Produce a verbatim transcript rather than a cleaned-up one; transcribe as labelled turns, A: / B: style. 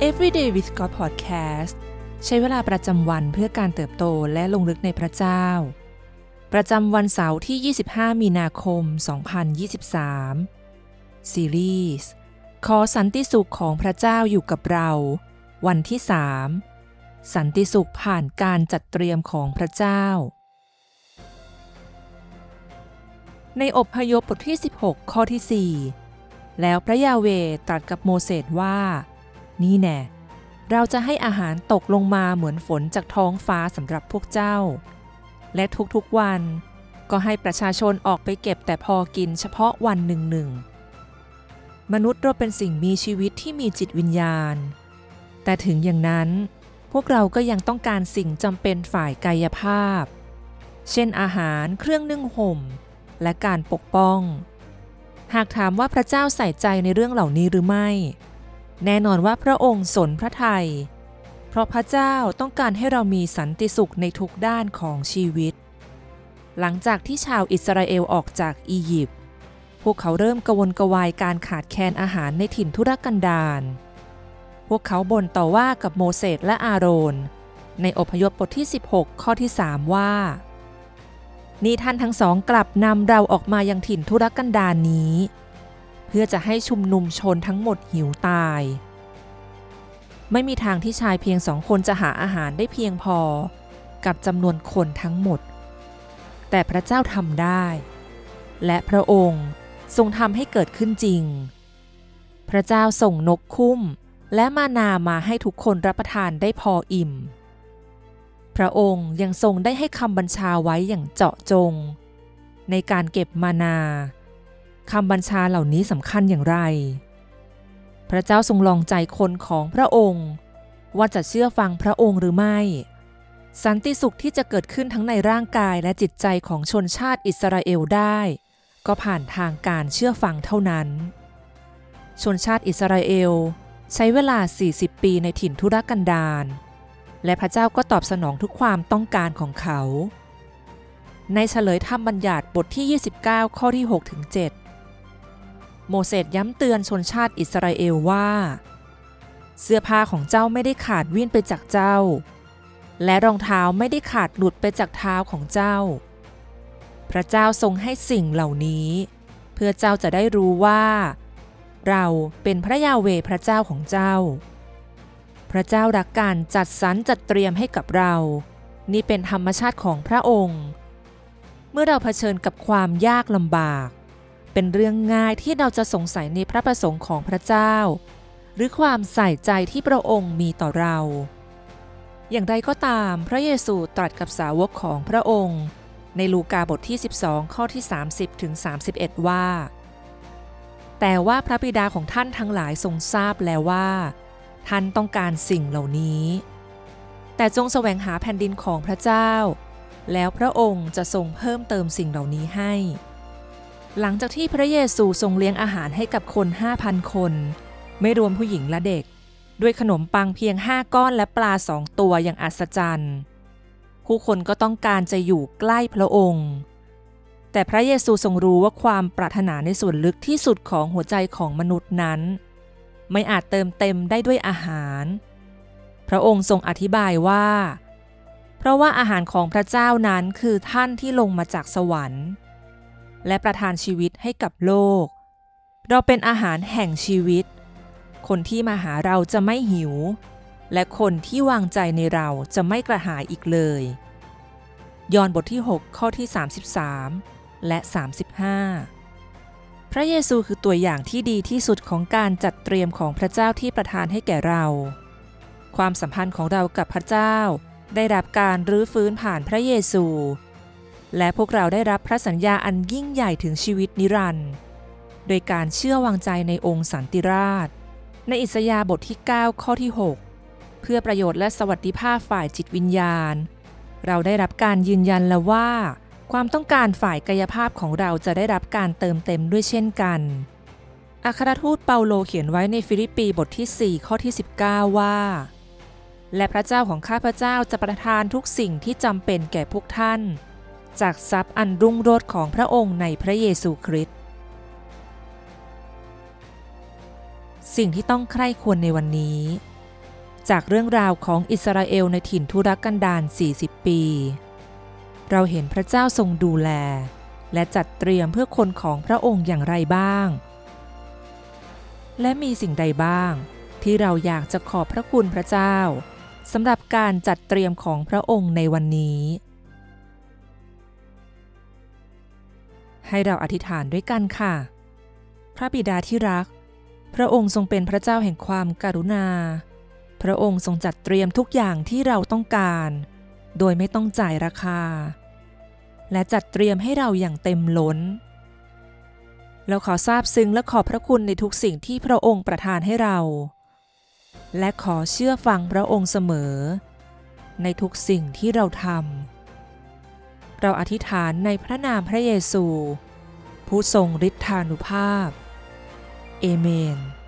A: Everyday with God Podcast ใช้เวลาประจำวันเพื่อการเติบโตและลงลึกในพระเจ้าประจำวันเสาร์ที่ยี่สิบห้ามีนาคมสองพันยี่สิบสามซีรีส์ขอสันติสุขของพระเจ้าอยู่กับเราวันที่สามสันติสุขผ่านการจัดเตรียมของพระเจ้าในอพยพบทที่สิบหกข้อที่สี่แล้วพระยาเวห์ตรัสกับโมเสสว่านี่แน่เราจะให้อาหารตกลงมาเหมือนฝนจากท้องฟ้าสำหรับพวกเจ้าและทุกๆวันก็ให้ประชาชนออกไปเก็บแต่พอกินเฉพาะวันหนึ่งๆมนุษย์เราเป็นสิ่งมีชีวิตที่มีจิตวิญญาณแต่ถึงอย่างนั้นพวกเราก็ยังต้องการสิ่งจำเป็นฝ่ายกายภาพเช่นอาหารเครื่องนึ่งห่มและการปกป้องหากถามว่าพระเจ้าใส่ใจในเรื่องเหล่านี้หรือไม่แน่นอนว่าพระองค์สนพระทัยเพราะพระเจ้าต้องการให้เรามีสันติสุขในทุกด้านของชีวิตหลังจากที่ชาวอิสราเอลออกจากอียิปต์พวกเขาเริ่มกระวนกระวายการขาดแคลนอาหารในถิ่นทุรกันดารพวกเขาบ่นต่อว่ากับโมเสสและอาโรนในอพยพบทที่สิบหกข้อที่สามว่านี่ท่านทั้งสองกลับนำเราออกมายังถิ่นทุรกันดารนี้เพื่อจะให้ชุมนุมชนทั้งหมดหิวตายไม่มีทางที่ชายเพียงสองคนจะหาอาหารได้เพียงพอกับจำนวนคนทั้งหมดแต่พระเจ้าทำได้และพระองค์ทรงทำให้เกิดขึ้นจริงพระเจ้าส่งนกคุ้มและมานามาให้ทุกคนรับประทานได้พออิ่มพระองค์ยังทรงได้ให้คำบัญชาไว้อย่างเจาะจงในการเก็บมานาคำบัญชาเหล่านี้สำคัญอย่างไรพระเจ้าทรงลองใจคนของพระองค์ว่าจะเชื่อฟังพระองค์หรือไม่สันติสุขที่จะเกิดขึ้นทั้งในร่างกายและจิตใจของชนชาติอิสราเอลได้ก็ผ่านทางการเชื่อฟังเท่านั้นชนชาติอิสราเอลใช้เวลาสี่สิบปีในถิ่นทุรกันดารและพระเจ้าก็ตอบสนองทุกความต้องการของเขาในเฉลยธรรมบัญญัติบทที่ยี่สิบเก้าข้อที่หกถึงเจ็ดโมเสสย้ำเตือนชนชาติอิสราเอลว่าเสื้อผ้าของเจ้าไม่ได้ขาดวิ่นไปจากเจ้าและรองเท้าไม่ได้ขาดหลุดไปจากเท้าของเจ้าพระเจ้าทรงให้สิ่งเหล่านี้เพื่อเจ้าจะได้รู้ว่าเราเป็นพระยาเวห์พระเจ้าของเจ้าพระเจ้ารักการจัดสรรจัดเตรียมให้กับเรานี่เป็นธรรมชาติของพระองค์เมื่อเราเผชิญกับความยากลำบากเป็นเรื่องง่ายที่เราจะสงสัยในพระประสงค์ของพระเจ้าหรือความใส่ใจที่พระองค์มีต่อเราอย่างไรก็ตามพระเยซูตรัสกับสาวกของพระองค์ในลูกาบทที่สิบสองข้อที่สามสิบถึงสามสิบเอ็ดว่าแต่ว่าพระบิดาของท่านทั้งหลายทรงทราบแล้วว่าท่านต้องการสิ่งเหล่านี้แต่จงแสวงหาแผ่นดินของพระเจ้าแล้วพระองค์จะทรงเพิ่มเติมสิ่งเหล่านี้ให้หลังจากที่พระเยซูทรงเลี้ยงอาหารให้กับคน ห้าพัน คนไม่รวมผู้หญิงและเด็กด้วยขนมปังเพียงห้าก้อนและปลาสองตัวอย่างอัศจรรย์ผู้คนก็ต้องการจะอยู่ใกล้พระองค์แต่พระเยซูทรงรู้ว่าความปรารถนาในส่วนลึกที่สุดของหัวใจของมนุษย์นั้นไม่อาจเติมเต็มได้ด้วยอาหารพระองค์ทรงอธิบายว่าเพราะว่าอาหารของพระเจ้านั้นคือท่านที่ลงมาจากสวรรค์และประทานชีวิตให้กับโลกเราเป็นอาหารแห่งชีวิตคนที่มาหาเราจะไม่หิวและคนที่วางใจในเราจะไม่กระหายอีกเลยยอห์นบทที่หกข้อที่สามสิบสามและสามสิบห้าพระเยซูคือตัวอย่างที่ดีที่สุดของการจัดเตรียมของพระเจ้าที่ประทานให้แก่เราความสัมพันธ์ของเรากับพระเจ้าได้รับการรื้อฟื้นผ่านพระเยซูและพวกเราได้รับพระสัญญาอันยิ่งใหญ่ถึงชีวิตนิรันดร์โดยการเชื่อวางใจในองค์สันติราชในอิสยาห์บทที่เก้าข้อที่หกเพื่อประโยชน์และสวัสดิภาพฝ่ายจิตวิญญาณเราได้รับการยืนยันแล้วว่าความต้องการฝ่ายกายภาพของเราจะได้รับการเติมเต็มด้วยเช่นกันอัครทูตเปาโลเขียนไว้ในฟิลิปปีบทที่สี่ข้อที่สิบเก้าว่าและพระเจ้าของข้าพเจ้าจะประทานทุกสิ่งที่จำเป็นแก่พวกท่านจากทรัพย์อันรุ่งโรจน์ของพระองค์ในพระเยซูคริสต์สิ่งที่ต้องใคร่ควรในวันนี้จากเรื่องราวของอิสราเอลในถิ่นทุรกันดารสี่สิบปีเราเห็นพระเจ้าทรงดูแลและจัดเตรียมเพื่อคนของพระองค์อย่างไรบ้างและมีสิ่งใดบ้างที่เราอยากจะขอบพระคุณพระเจ้าสำหรับการจัดเตรียมของพระองค์ในวันนี้ให้เราอธิษฐานด้วยกันค่ะพระบิดาที่รักพระองค์ทรงเป็นพระเจ้าแห่งความกรุณาพระองค์ทรงจัดเตรียมทุกอย่างที่เราต้องการโดยไม่ต้องจ่ายราคาและจัดเตรียมให้เราอย่างเต็มล้นเราขอซาบซึ้งและขอบพระคุณในทุกสิ่งที่พระองค์ประทานให้เราและขอเชื่อฟังพระองค์เสมอในทุกสิ่งที่เราทำเราอธิษฐานในพระนามพระเยซูผู้ทรงฤทธานุภาพเอเมน